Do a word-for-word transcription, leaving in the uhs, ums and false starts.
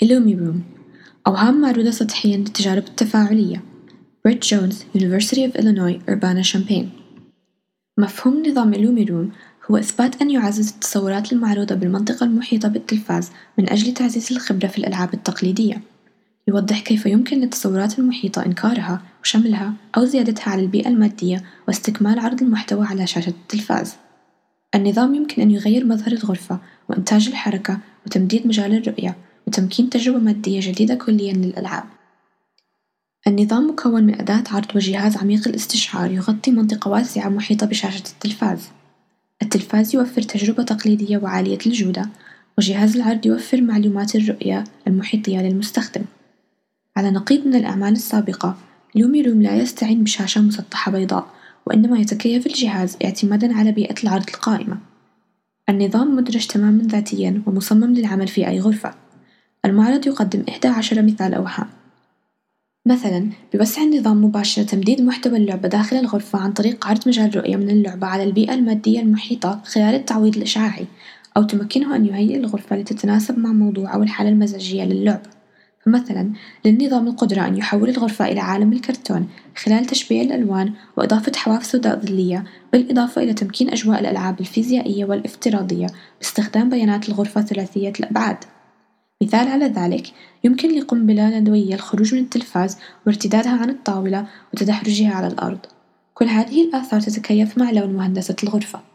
إلومي روم أوهام معروضة سطحياً للتجارب التفاعلية. بريت جونز، University of Illinois Urbana-Champaign. مفهوم نظام إلومي روم هو إثبات أن يعزز التصورات المعروضة بالمنطقة المحيطة بالتلفاز من أجل تعزيز الخبرة في الألعاب التقليدية. يوضح كيف يمكن للتصورات المحيطة إنكارها وشملها أو زيادتها على البيئة المادية واستكمال عرض المحتوى على شاشة التلفاز. النظام يمكن أن يغير مظهر الغرفة وإنتاج الحركة وتمديد مجال الرؤية وتمكين تجربة مادية جديدة كلياً للألعاب. النظام مكون من أداة عرض وجهاز عميق الاستشعار يغطي منطقة واسعة محيطة بشاشة التلفاز. التلفاز يوفر تجربة تقليدية وعالية الجودة، وجهاز العرض يوفر معلومات الرؤية المحيطية للمستخدم. على نقيض من الأعمال السابقة، لومي روم لا يستعين بشاشة مسطحة بيضاء، وإنما يتكيف الجهاز اعتماداً على بيئة العرض القائمة. النظام مدرج تماماً ذاتياً ومصمم للعمل في أي غرفة. المعرض يقدم إحدى عشرة مثال أوهام. مثلاً، بيوسع النظام مباشرة تمديد محتوى اللعبة داخل الغرفة عن طريق عرض مجال رؤية من اللعبة على البيئة المادية المحيطة خلال التعويض الإشعاعي، أو تمكنه أن يهيئ الغرفة لتتناسب مع موضوع أو الحالة المزاجية للعب. فمثلاً، للنظام القدرة أن يحول الغرفة إلى عالم الكرتون خلال تشبيع الألوان وإضافة حواف سوداء ظلية، بالإضافة إلى تمكين أجواء الألعاب الفيزيائية والافتراضية باستخدام بيانات الغرفة ثلاثية الأبعاد. مثال على ذلك، يمكن لقنبلة ندوية الخروج من التلفاز وارتدادها عن الطاولة وتدحرجها على الأرض. كل هذه الآثار تتكيف مع لون وهندسة الغرفة.